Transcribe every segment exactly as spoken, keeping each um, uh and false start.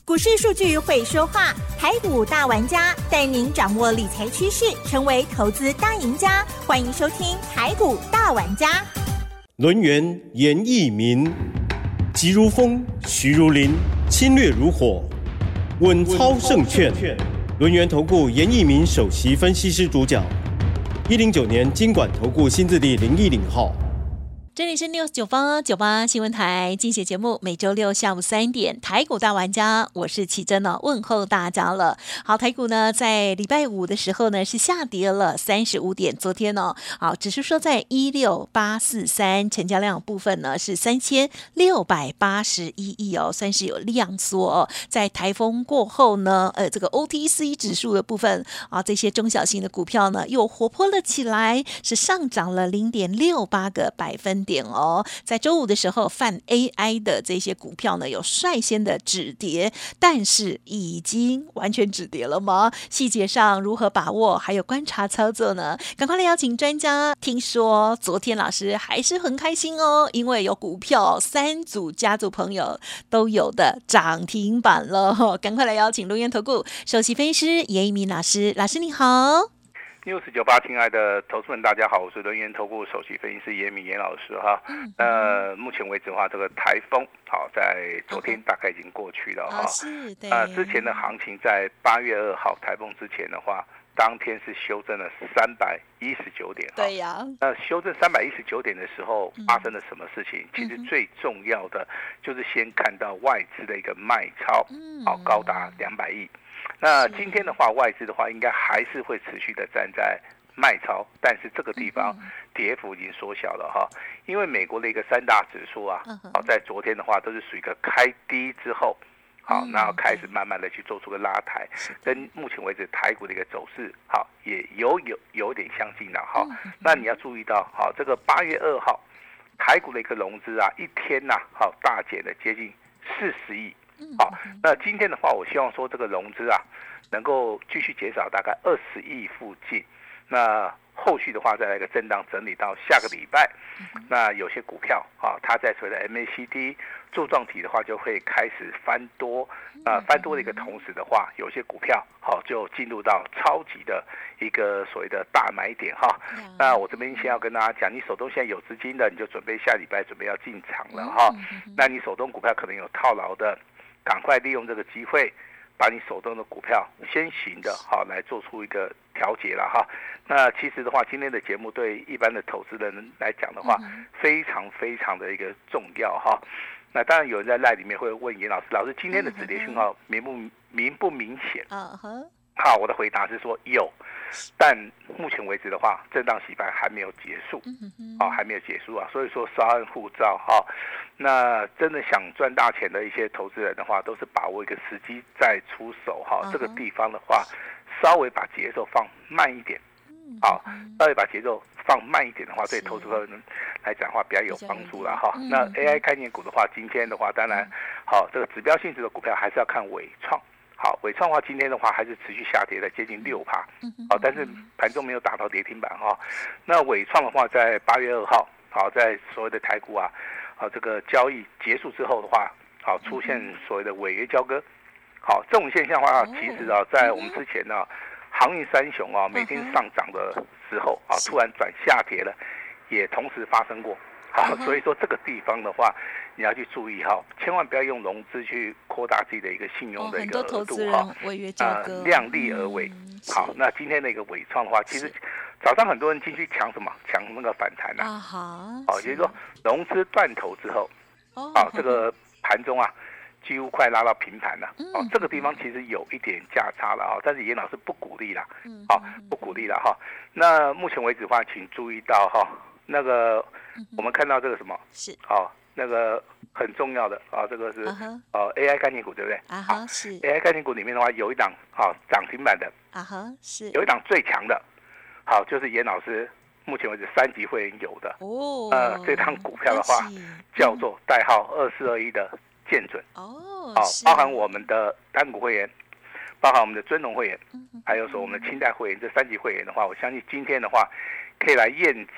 股市数据会说话，台股大玩家带您掌握理财趋势，成为投资大赢家。欢迎收听台股大玩家。 轮源严义民，急如风，徐如林，侵略如火，稳操胜券。轮源投顾严义民首席分析师主讲，一零九年金管投顾新字第零一零号。 这里是六九八九八新闻台精选节目，每周六下午三点台股大玩家，我是奇珍哦，问候大家了。好，台股呢在礼拜五的时候呢是下跌了三十五点，昨天呢好只是说在一六八四三，成交量部分呢是三千六百八十一亿哦，算是有量缩哦。在台风过后呢，呃，这个 O T C 指数的部分啊，这些中小型的股票呢又活泼了起来，是上涨了零点六八个百分点哦。在周五的时候，泛 A I 的这些股票呢有率先的止跌，但是已经完全止跌了吗？细节上如何把握，还有观察操作呢？赶快来邀请专家。听说昨天老师还是很开心哦，因为有股票三组家族朋友都有的涨停板了。赶快来邀请轮源投顾首席分析师严一鸣老师，老师你好。 news 九八，亲爱的投资们，大家好，我是轮源投顾首席分析师严明严老师哈。嗯、呃，目前为止的话，这个台风好在昨天大概已经过去了哈。 是，对。 呃，之前的行情在八月二号台风之前的话，当天是修正了三百一十九点。 对呀、啊。 那修正三百一十九点的时候，发生了什么事情？嗯、其实最重要的就是先看到外资的一个卖超，好、嗯、高达两百亿。那今天的话，外资的话应该还是会持续的站在卖超，但是这个地方跌幅已经缩小了哈，因为美国的一个三大指数啊，好在昨天的话都是属于一个开低之后，好，然后开始慢慢的去做出个拉抬，跟目前为止台股的一个走势，好也有有有点相近了哈。那你要注意到，好这个八月二号台股的一个融资啊，一天呐、啊，好大减了接近四十亿。好，那今天的话，我希望说这个融资啊，能够继续减少大概二十亿附近。那后续的话，再来一个震荡整理到下个礼拜。那有些股票啊，它在所谓的 M A C D 柱状体的话，就会开始翻多。啊、呃，翻多的一个同时的话，有些股票好、啊、就进入到超级的一个所谓的大买点哈。那我这边先要跟大家讲，你手中现在有资金的，你就准备下礼拜准备要进场了哈。那你手中股票可能有套牢的。赶快利用这个机会，把你手中的股票先行的好来做出一个调节了哈。那其实的话，今天的节目对一般的投资人来讲的话，非常非常的一个重要哈。那当然有人在 LINE 里面会问严老师，老师今天的止跌讯号明不明不明显？啊哈。好，我的回答是说有，但目前为止的话，震荡洗盘还没有结束，啊、哦，还没有结束啊，所以说稍安勿躁哈、哦。那真的想赚大钱的一些投资人的话，都是把握一个时机再出手哈、哦。这个地方的话，稍微把节奏放慢一点，好、哦，稍微把节奏放慢一点的话，对投资人来讲的话比较有帮助了哈、哦。那 A I 概念股的话，今天的话，当然好、哦，这个指标性质的股票还是要看伟创。好，伟创的话，今天的话还是持续下跌的，接近六趴。好，但是盘中没有打到跌停板哈。那伟创的话，在八月二号，好，在所谓的台股啊，好这个交易结束之后的话，好出现所谓的违约交割。好，这种现象的话，其实啊，在我们之前呢、啊，航运三雄啊，每天上涨的时候啊，突然转下跌了，也同时发生过。好，所以说这个地方的话，你要去注意哈，千万不要用融资去扩大自己的一个信用的一个额度哈，啊、呃，量力而为。嗯、好，那今天的一个伟创的话，其实早上很多人进去抢什么？抢那个反弹呐、啊。啊好，也就是说融资断头之后，哦，啊，这个盘中啊，几乎快拉到平盘了。嗯、哦，这个地方其实有一点价差了啊，但是严老师不鼓励啦。嗯。好、哦，不鼓励了哈。那目前为止的话，请注意到哈。那个，我们看到这个什么？是哦，那个很重要的啊，这个是、uh-huh. 呃 A I 概念股，对不对？啊哈、uh-huh, 是 A I 概念股里面的话，有一档啊涨停板的啊哈、uh-huh, 是，有一档最强的，好就是严老师目前为止三级会员有的哦，呃这档股票的话叫做代号二四二一的建准哦，好、哦、包含我们的单股会员。包含我们的尊荣会员，还有说我们的清代会员，这三级会员的话，我相信今天的话可以来验证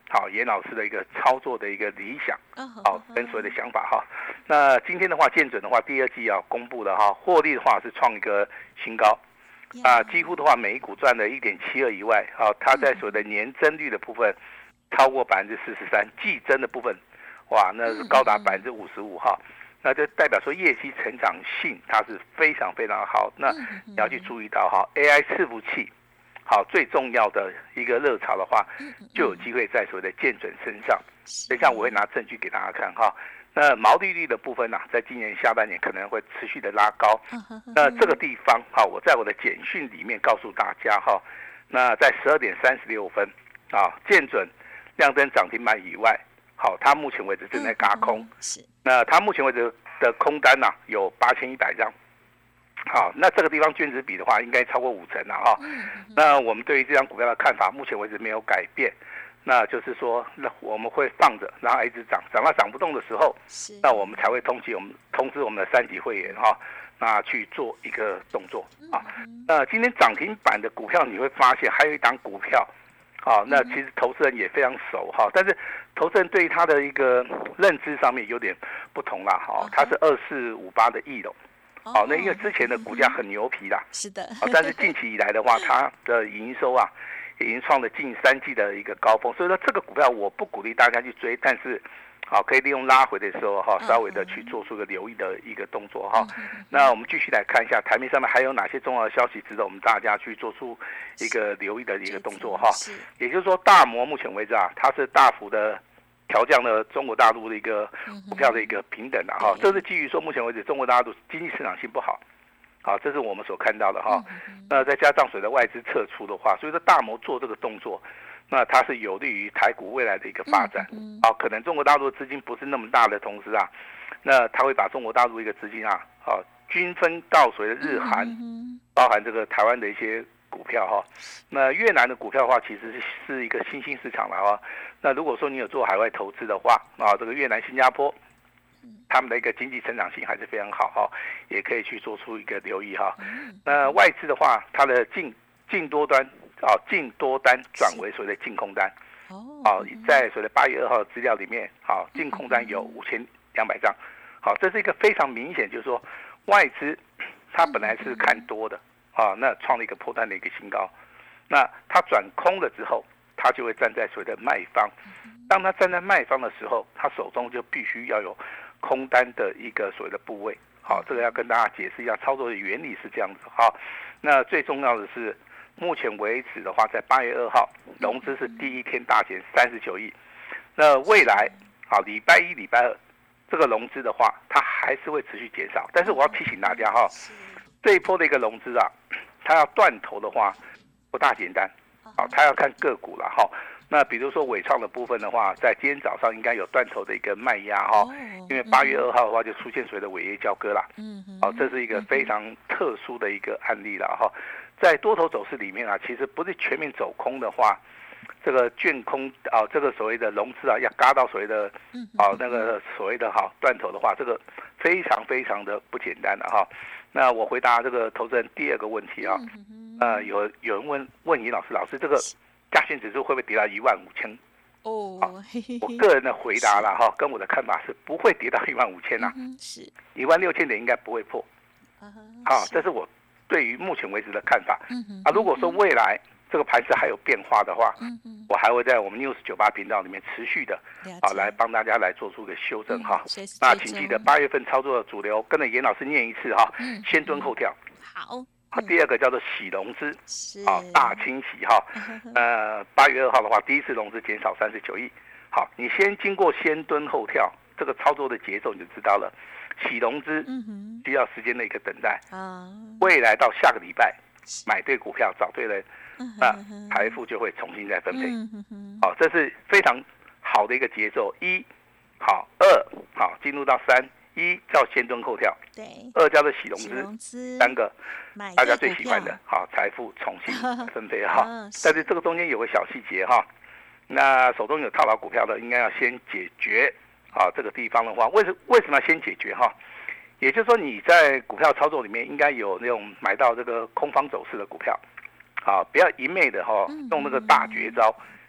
好严老师的一个操作的一个理想，好跟所谓的想法哈。那今天的话，建准的话，第二季要公布的哈，获利的话是创一个新高。啊，几乎的话，每一股赚了一点七二以外，好、啊，它在所谓的年增率的部分超过百分之四十三，季增的部分，哇，那是高达百分之五十五哈。那就代表说业绩成长性它是非常非常好。那你要去注意到哈 ，A I 伺服器，好最重要的一个热潮的话，就有机会在所谓的建准身上。等一下我会拿证据给大家看哈。那毛利率的部分呢、啊，在今年下半年可能会持续的拉高。那这个地方，好，我在我的简讯里面告诉大家哈。那在十二点三十六分，啊，建准亮灯涨停板以外，好，它目前为止正在軋空。是。那它目前为止的空单呢、啊，有八千一百张。好，那这个地方券值比的话，应该超过五成了哈。那我们对于这张股票的看法，目前为止没有改变。那就是说，那我们会放着，然后一直涨，涨到涨不动的时候，那我们才会通知我们通知我们的三级会员哈，那去做一个动作啊。那今天涨停板的股票，你会发现还有一档股票，啊，那其实投资人也非常熟哈，但是投资人对于他的一个认知上面有点不同啦哈，它是二四五八的翼龙。好，那因为之前的股价很牛皮啦， 是的， 但是近期以来的话，它的营收啊。已经创了近三季的一个高峰，所以说这个股票我不鼓励大家去追，但是，好可以利用拉回的时候哈，稍微的去做出个留意的一个动作哈。那我们继续来看一下台面上面还有哪些重要的消息值得我们大家去做出一个留意的一个动作哈。也就是说，大摩目前为止啊，它是大幅的调降了中国大陆的一个股票的一个平等的哈，这是基于说目前为止中国大陆经济市场性不好。好，这是我们所看到的哈。那再加上随着外资撤出的话，所以说大摩做这个动作，那它是有利于台股未来的一个发展。好，可能中国大陆的资金不是那么大的同时啊，那他会把中国大陆一个资金啊，啊均分到所谓的日韩，包含这个台湾的一些股票哈。那越南的股票的话，其实是是一个新兴市场了哈。那如果说你有做海外投资的话啊，这个越南、新加坡。他们的一个经济成长性还是非常好哈，也可以去做出一个留意哈。那外资的话，它的净净多单啊，净多单转为所谓的净空单。哦，在所谓的八月二号的资料里面，好，净空单有五千两百张。好，这是一个非常明显，就是说外资它本来是看多的啊，那创了一个波段的一个新高。那它转空了之后，它就会站在所谓的卖方。当它站在卖方的时候，它手中就必须要有空单的一个所谓的部位，好，这个要跟大家解释一下操作的原理是这样子哈。那最重要的是，目前为止的话，在八月二号融资是第一天大减三十九亿，那未来好礼拜一、礼拜二这个融资的话，它还是会持续减少。但是我要提醒大家哈，这一波的一个融资啊，它要断头的话不大简单，好，它要看个股了哈。那比如说伟创的部分的话，在今天早上应该有断头的一个卖压哈，因为八月二号的话就出现所谓的违约交割啦，嗯，好，这是一个非常特殊的一个案例了哈。在多头走势里面啊，其实不是全面走空的话，这个券空啊，这个所谓的融资啊，要嘎到所谓的啊那个所谓的哈断头的话，这个非常非常的不简单的哈。那我回答这个投资人第二个问题啊，呃，有有人问问尹老师，老师这个。加权指数会不会跌到一万五千？哦，我个人的回答啦哈，跟我的看法是不会跌到一万五千啦，是一万六千点应该不会破。好，这是我对于目前为止的看法。啊，如果说未来这个盘势还有变化的话，我还会在我们 News 九八频道里面持续的啊来帮大家来做出个修正哈。那请记得八月份操作的主流，跟着严老师念一次哈，先蹲后跳。好。好，第二个叫做洗融资，啊，大清洗哈，呃，八月二号的话，第一次融资减少三十九亿。好，你先经过先蹲后跳这个操作的节奏，你就知道了。洗融资需要时间的一个等待啊，未来到下个礼拜买对股票找对人，那财富就会重新再分配。好，这是非常好的一个节奏。一，好，二，好，进入到三。一叫先蹲后跳，对，二叫做洗融资，三个大家最喜欢的，好，财富重新分配哈。但是这个中间有个小细节哈，那手中有套牢股票的，应该要先解决啊。这个地方的话，为什为什么要先解决哈？也就是说你在股票操作里面应该有那种买到这个空方走势的股票，啊，不要一昧的哈用那个大绝招，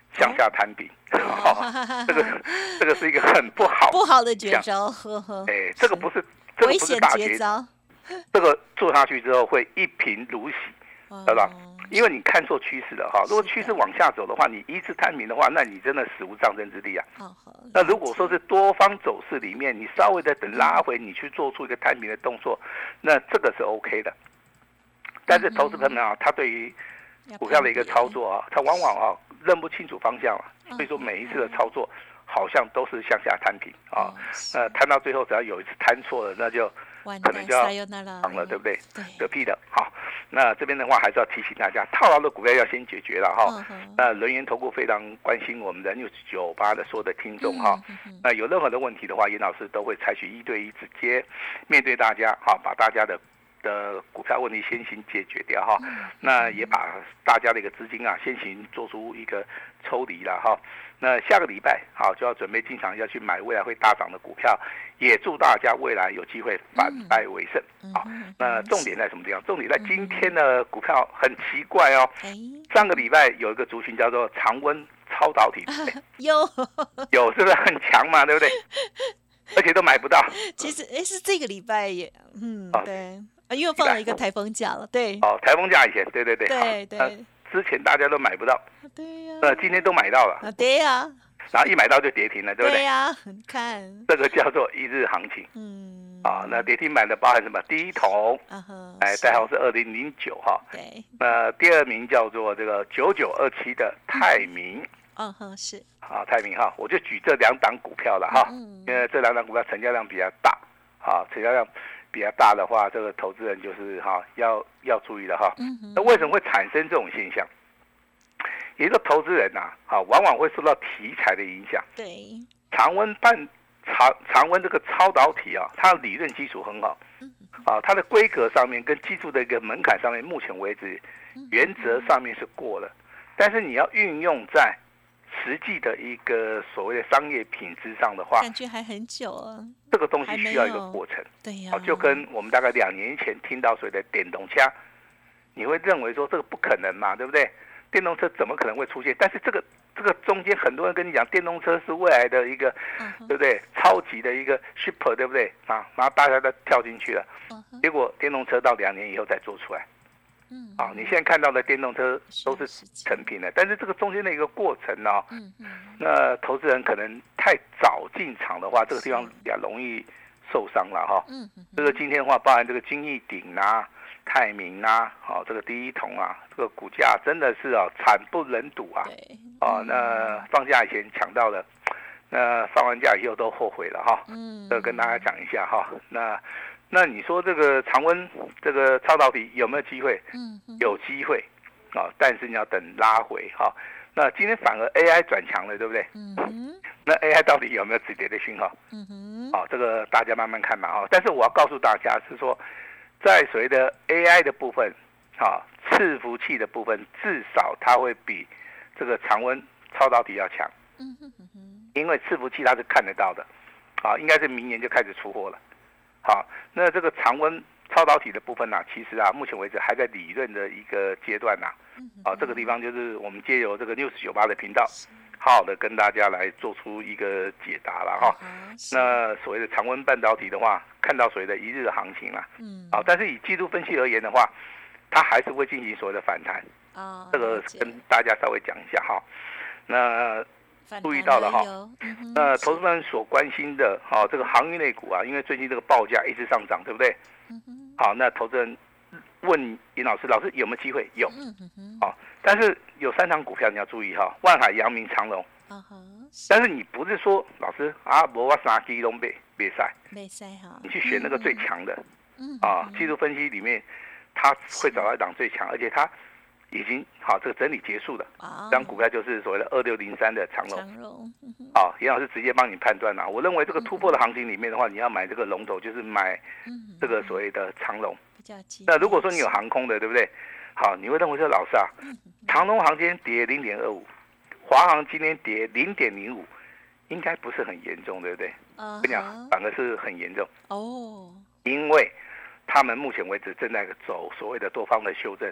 向下摊平，哦、这个这个是一个很不好不好的绝招，呵呵。 哎，这个不是这个不是大绝招，这个做下去之后会一贫如洗，知道吧？因为你看错趋势了哈。如果趋势往下走的话，你一次摊平的话，那你真的死无葬身之地啊。那如果说是多方走势里面，你稍微的等拉回，你去做出一个摊平的动作，那这个是 OK 的。但是投资朋友啊，他对于股票的一个操作啊，他往往啊认不清楚方向啊，所以说每一次的操作好像都是向下摊平啊。呃，摊到最后只要有一次摊错了，那就可能就要涨了，对不对？嗝屁的。好，那这边的话还是要提醒大家，套牢的股票要先解决了哈。那轮源投顾非常关心我们的六九八的所有的听众哈。那有任何的问题的话，严老师都会采取一对一直接面对大家，哈，把大家的。的股票问题先行解决掉哈，那也把大家的一个资金啊先行做出一个抽离了哈。那下个礼拜好就要准备进场要去买未来会大涨的股票，也祝大家未来有机会反败为胜。好，那重点在什么地方？重点在今天的股票很奇怪哦。上个礼拜有一个族群叫做长温超导体， 有有是不是很强嘛？对不对？而且都买不到。 其实哎，是这个礼拜也嗯对。因为放了一个台风假了，对。 哦，台风假以前，对对对。 对对。 呃、之前大家都买不到。 对呀、啊。 呃，今天都买到了。 啊，对呀、啊。 然后一买到就跌停了，对不对？ 对呀、啊，看。 这个叫做一日行情。嗯。啊，那跌停板的包含什么？第一桶，啊哈，哎，代号是二零零九哈。 对。 那第二名叫做这个九九二七的泰明。 嗯哼，是。 啊，泰明哈，我就举这两档股票了哈，嗯、因为这两档股票成交量比较大，啊，成交量。比较大的话，这个投资人就是哈要要注意了哈。那为什么会产生这种现象？一个投资人呐、啊，哈，往往会受到题材的影响。 对。 常温半常常温这个超导体啊，它的理论基础很好，啊，它的规格上面跟技术的一个门槛上面，目前为止原则上面是过了，但是你要运用在实际的一个所谓的商业品质上的话， 感觉还很久啊。 这个东西需要一个过程， 对呀、 啊，就跟我们大概两年前听到所谓的电动车，你会认为说这个不可能嘛，对不对？电动车怎么可能会出现？但是这个这个中间很多人跟你讲，电动车是未来的一个，嗯、对不对？超级的一个 super， 对不对？啊，然后大家都跳进去了，嗯、结果电动车到两年以后再做出来。嗯，啊，你现在看到的电动车都是成品的，但是这个中间的一个过程呢、哦，嗯嗯，那投资人可能太早进场的话，这个地方比较容易受伤了哈。嗯嗯，这个今天的话，包含这个金益鼎啊、泰明啊，哦，这个第一铜啊，这个股价真的是啊惨不忍睹啊。对，哦，那放假以前抢到了，那放完假以后都后悔了哈。嗯，这个跟大家讲一下哈。那。那你说这个常温这个超导体有没有机会？嗯，有机会啊，但是你要等拉回哈。那今天反而 A I 转强了，对不对？嗯哼。那 A I 到底有没有止跌的讯号？嗯哼。好，这个大家慢慢看嘛哈。但是我要告诉大家是说，在所谓的 A I 的部分，啊，伺服器的部分，至少它会比这个常温超导体要强。嗯哼哼。因为伺服器它是看得到的，啊，应该是明年就开始出货了。好，那这个常温超导体的部分呢、啊，其实啊，目前为止还在理论的一个阶段呐、啊。啊，这个地方就是我们借由这个六十九八的频道，好好的跟大家来做出一个解答了哈。那所谓的常温半导体的话，看到所谓的一日的行情啦。嗯。啊，但是以技术分析而言的话，它还是会进行所谓的反弹。啊。这个跟大家稍微讲一下哈。那。注意到了哈，嗯、那投资人所关心的，哈、哦，这个航运类股啊，因为最近这个报价一直上涨，对不对？嗯、好，那投资人问尹老师，老师有没有机会？有，嗯、好，但是有三档股票你要注意哈，万海、阳明、长荣。Uh huh, 但是你不是说老师啊，我我三支都别别赛，别赛哈，你去选那个最强的，嗯、啊，技术分析里面他会找到一档最强，而且他。已经好，这个整理结束了。啊，这张股票就是所谓的二六零三的长荣。长荣，好，严老师直接帮你判断了。我认为这个突破的行情里面的话，你要买这个龙头，就是买这个所谓的长荣。那如果说你有航空的，对不对？好，你会认为说老师啊，长荣航今天跌零点二五，华航今天跌零点零五，应该不是很严重，对不对？我跟你讲，反而是很严重。哦，因为他们目前为止正在走所谓的多方的修正。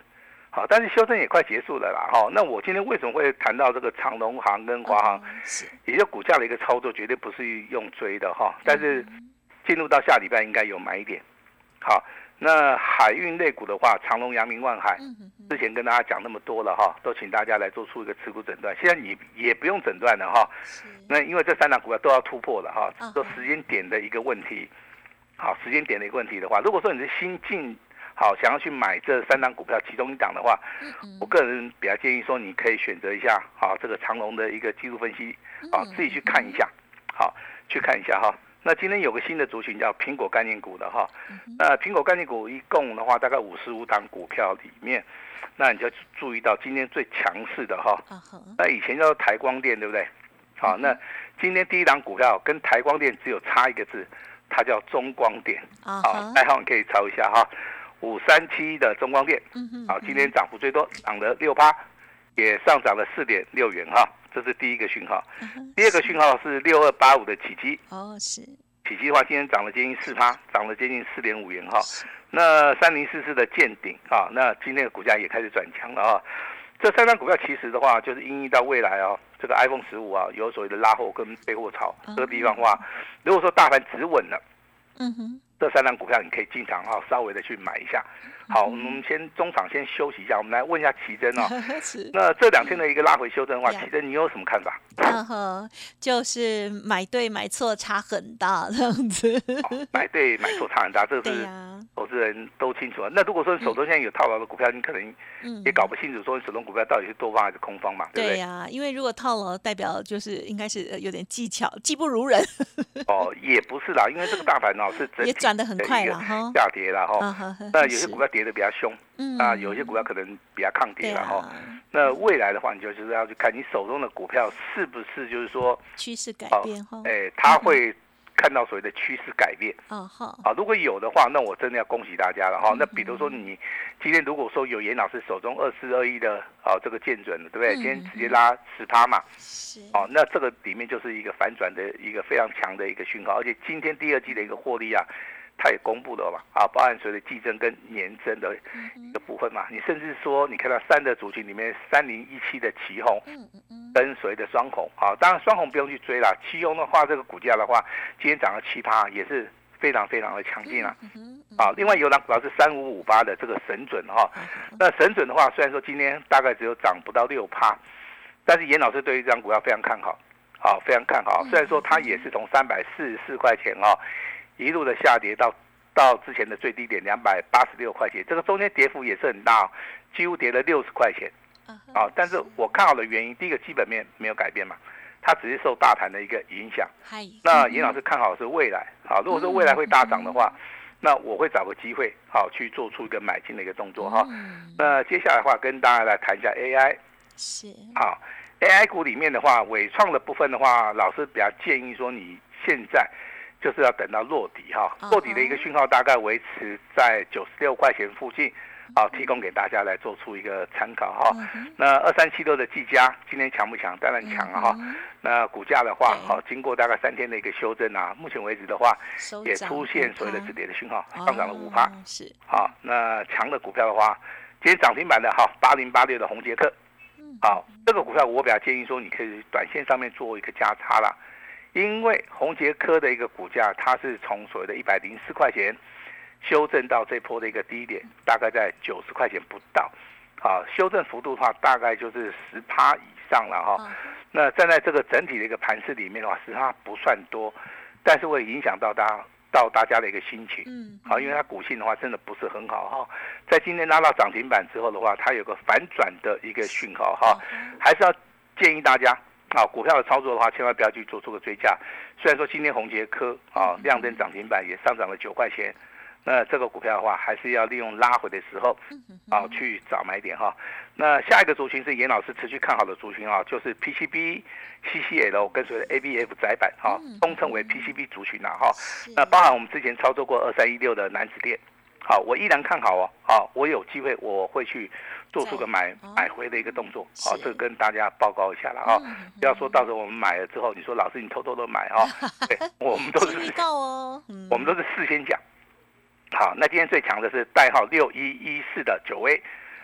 好，但是修正也快结束了啦，哈。那我今天为什么会谈到这个长荣航跟华航？也就股价的一个操作，绝对不是用追的哈。但是进入到下礼拜应该有买点。好，那海运类股的话，长荣、阳明、万海，之前跟大家讲那么多了哈，都请大家来做出一个持股诊断。现在你也不用诊断了哈。那因为这三档股票都要突破了哈，都时间点的一个问题。好，时间点的一个问题的话，如果说你是新进。好，想要去买这三档股票其中一档的话，我个人比较建议说，你可以选择一下，好，这个长荣的一个技术分析，好，自己去看一下，好，去看一下哈。那今天有个新的族群叫苹果概念股的哈，那苹果概念股一共的话，大概五十五档股票里面，那你就注意到今天最强势的哈，那以前叫做台光电，对不对？好，那今天第一档股票跟台光电只有差一个字，它叫中光电，好，代号你可以抄一下哈。五三七的中光电，好，今天涨幅最多，涨了六趴，也上涨了四点六元哈，这是第一个讯号。第二个讯号是六二八五的启基，哦是，启基的话今天涨了接近四趴，涨了接近四点五元哈。那三零四四的见顶啊，那今天的股价也开始转强了啊。这三张股票其实的话，就是因应到未来啊，这个 iPhone 十五啊，有所谓的拉货跟备货潮，这个地方的话，如果说大盘止稳了，嗯哼。这三档股票你可以进场哈，稍微的去买一下。好，我们先中场先休息一下，我们来问一下奇珍哦。那这两天的一个拉回修正的话，奇珍你有什么看法？ 嗯哼，就是买对买错差很大这样子。 哦、买对买错差很大，这个是投资人都清楚啊。那如果说手中现在有套牢的股票，你可能也搞不清楚说你手中股票到底是多方还是空方嘛，对不对？ 对呀、啊，因为如果套牢代表就是应该是有点技巧，技不如人。 哦，也不是啦，因为这个大盘哦是整体也转得很快了哈， 下跌了哈。那有些股票跌得比较凶，嗯、啊，有些股票可能比较抗跌了哈。啊、那未来的话，你就是要去看你手中的股票是不是就是说趋势改变哈？ 哎、欸，它会看到所谓的趋势改变。哦好、啊，如果有的话，那我真的要恭喜大家了哈。那比如说你今天如果说有严老师手中二四二一的啊这个见准了，对不对？今天直接拉十趴嘛，是哦、啊，那这个里面就是一个反转的一个非常强的一个讯号，而且今天第二季的一个获利啊。它也公布了嘛，啊，包含所谓的季增跟年增的一个部分嘛。你甚至说，你看到三的族群里面，三零一七的奇鋐，跟所谓的双红，啊，当然双红不用去追啦。奇鋐的话，这个股价的话，今天涨了七趴，也是非常非常的强劲啊。啊，另外有档股票是三五五八的这个神准哈，那神准的话，虽然说今天大概只有涨不到六趴，但是严老师对于这张股票非常看好，啊，非常看好。虽然说它也是从三百四十四块钱啊。一路的下跌到到之前的最低点两百八十六块钱，这个中间跌幅也是很大、哦，几乎跌了六十块钱。啊，但是我看好的原因，第一个基本面没有改变嘛，它只是受大盘的一个影响。那严老师看好的是未来，好，如果说未来会大涨的话，那我会找个机会，好去做出一个买进的一个动作哈。那接下来的话，跟大家来谈一下 A I。是。好 ，A I 股里面的话，伟创的部分的话，老师比较建议说，你现在。就是要等到落底哈，落底的一个讯号大概维持在九十六块钱附近，好，提供给大家来做出一个参考哈。那二三七六的技嘉今天强不强？当然强啊哈。那股价的话，好，经过大概三天的一个修正啊，目前为止的话，也出现所谓的止跌的讯号，上涨了五趴。是。好，那强的股票的话，今天涨停板的哈八零八六的宏捷科，好，这个股票我比较建议说，你可以短线上面做一个加差啦。因为宏捷科的一个股价，它是从所谓的一百零四块钱修正到这波的一个低点，大概在九十块钱不到，啊，修正幅度的话，大概就是十趴以上了哈。那站在这个整体的一个盘势里面的话，十趴不算多，但是会影响到大家到大家的一个心情，嗯，好，因为它股性的话真的不是很好哈。在今天拉到涨停板之后的话，它有个反转的一个讯号哈，还是要建议大家。啊，股票的操作的话，千万不要去做出个追加。虽然说今天宏捷科啊亮灯涨停板也上涨了九块钱，那这个股票的话，还是要利用拉回的时候啊去找买点哈。那下一个族群是严老师持续看好的族群啊，就是 P C B、C C L 跟随的 A B F 载板哈，通称为 P C B 族群啊哈。那包含我们之前操作过二三一六的南子电，好，我依然看好哦，好，我有机会我会去。做出个买买回的一个动作，好、哦，这个跟大家报告一下了哈、哦，不要说到时候我们买了之后，你说老师你偷偷的买哈、哦，对，我们都是哦， 我们都是事先讲。好，那今天最强的是代号六一一四的九威，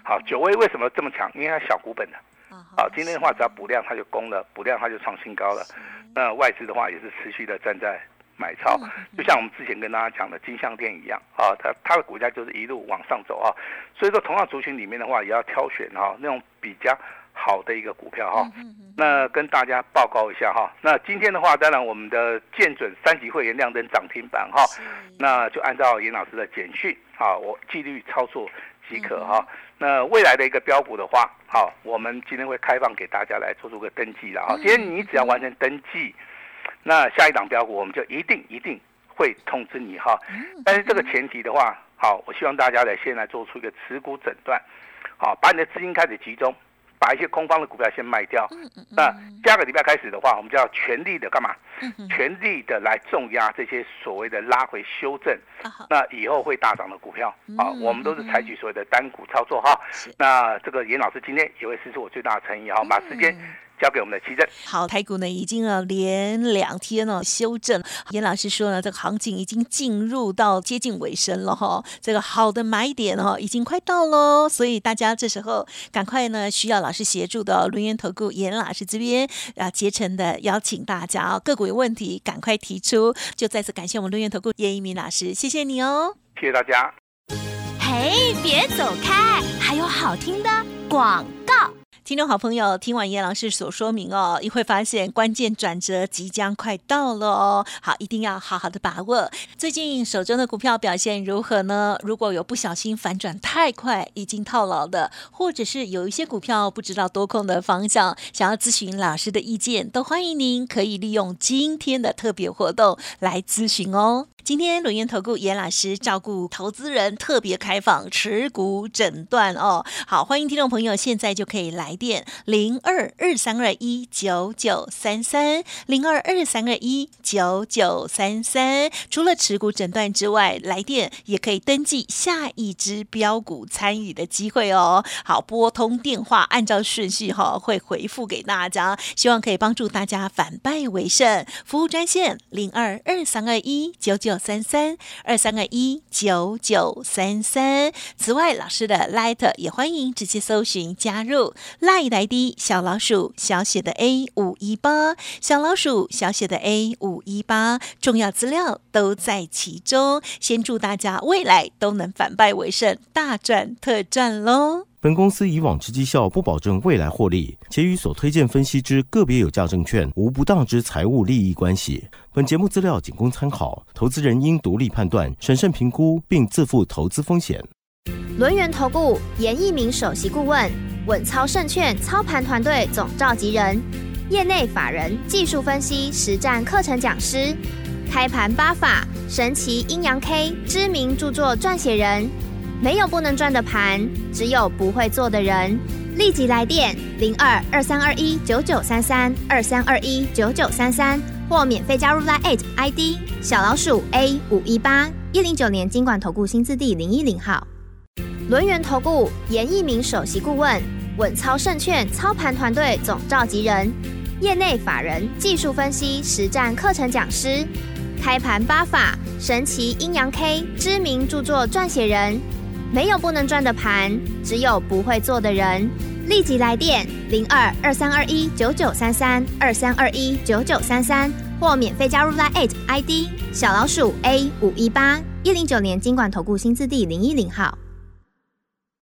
好，九威为什么这么强？因为它小股本的。好，今天的话只要补量它就攻了，补量它就创新高了。那外资的话也是持续的站在买超，就像我们之前跟大家讲的金像电一样啊，它它的股价就是一路往上走啊。所以说，同样族群里面的话，也要挑选哈那种比较好的一个股票哈。那跟大家报告一下哈。那今天的话，当然我们的建准三级会员亮灯涨停板哈，那就按照严老师的简讯啊，我纪律操作即可哈。那未来的一个标股的话，好，我们今天会开放给大家来做出个登记了啊。今天你只要完成登记，那下一档标股我们就一定一定会通知你哈。但是这个前提的话，好，我希望大家来先来做出一个持股诊断，好，把你的资金开始集中，把一些空方的股票先卖掉。那下个礼拜开始的话，我们就要全力的干嘛？全力的来重压这些所谓的拉回修正，那以后会大涨的股票啊，我们都是采取所谓的单股操作哈。那这个严老师今天也会施出我最大的诚意哈，把时间交给我们的奇正。 好，台股呢已经呃连两天哦修正，严老师说呢，这个行情已经进入到接近尾声了哈，这个好的买点哦已经快到喽，所以大家这时候赶快呢需要老师协助的轮源投顾严老师这边啊竭诚的邀请大家哦，个股有问题赶快提出，就再次感谢我们轮源投顾严一鸣老师，谢谢你哦， 谢谢大家。 嘿，别走开，还有好听的广告。 听众好朋友，听完严老师所说明哦，你会发现关键转折即将快到了哦。好，一定要好好的把握。最近手中的股票表现如何呢？如果有不小心反转太快，已经套牢的，或者是有一些股票不知道多空的方向，想要咨询老师的意见，都欢迎您可以利用今天的特别活动来咨询哦。今天轮源投顾严老师照顾投资人特别开放持股诊断哦。好，欢迎听众朋友现在就可以来电零二二三二一九九三三零二二三二一九九三三。除了持股诊断之外，来电也可以登记下一支标股参与的机会哦。好，拨通电话，按照顺序哈、哦、会回复给大家，希望可以帮助大家反败为胜。服务专线零二二三二一九九三三二三二一九九三三。此外，老师的 Light 也欢迎直接搜寻加入 Light I D 小老鼠小写的 A 五一八 小老鼠小写的 A 五一八，重要资料都在其中。先祝大家未来都能反败为胜，大赚特赚喽！ 本公司以往之绩效不保证未来获利，且与所推荐分析之个别有价证券无不当之财务利益关系。本节目资料仅供参考，投资人应独立判断、审慎评估，并自负投资风险。 轮源投顾严一鸣首席顾问，稳操胜券操盘团队总召集人，业内法人技术分析实战课程讲师，开盘八法神奇阴阳 K 知名著作撰写人。没有不能赚的盘，只有不会做的人。立即来电零二二三二一九九三三二三二一九九三三，或免费加入 Line I D 小老鼠 A 五一八。一零九年金管投顾新字第零一零号。轮源投顾严一鸣首席顾问，稳操胜券操盘团队总召集人，业内法人技术分析实战课程讲师，开盘八法神奇阴阳 K 知名著作撰写人。没有不能赚的盘，只有不会做的人。立即来电零二二三二一九九三三二三二一九九三三，或免费加入 Line I D 小老鼠 A 五一八。一零九年金管投顾新字第零一零号。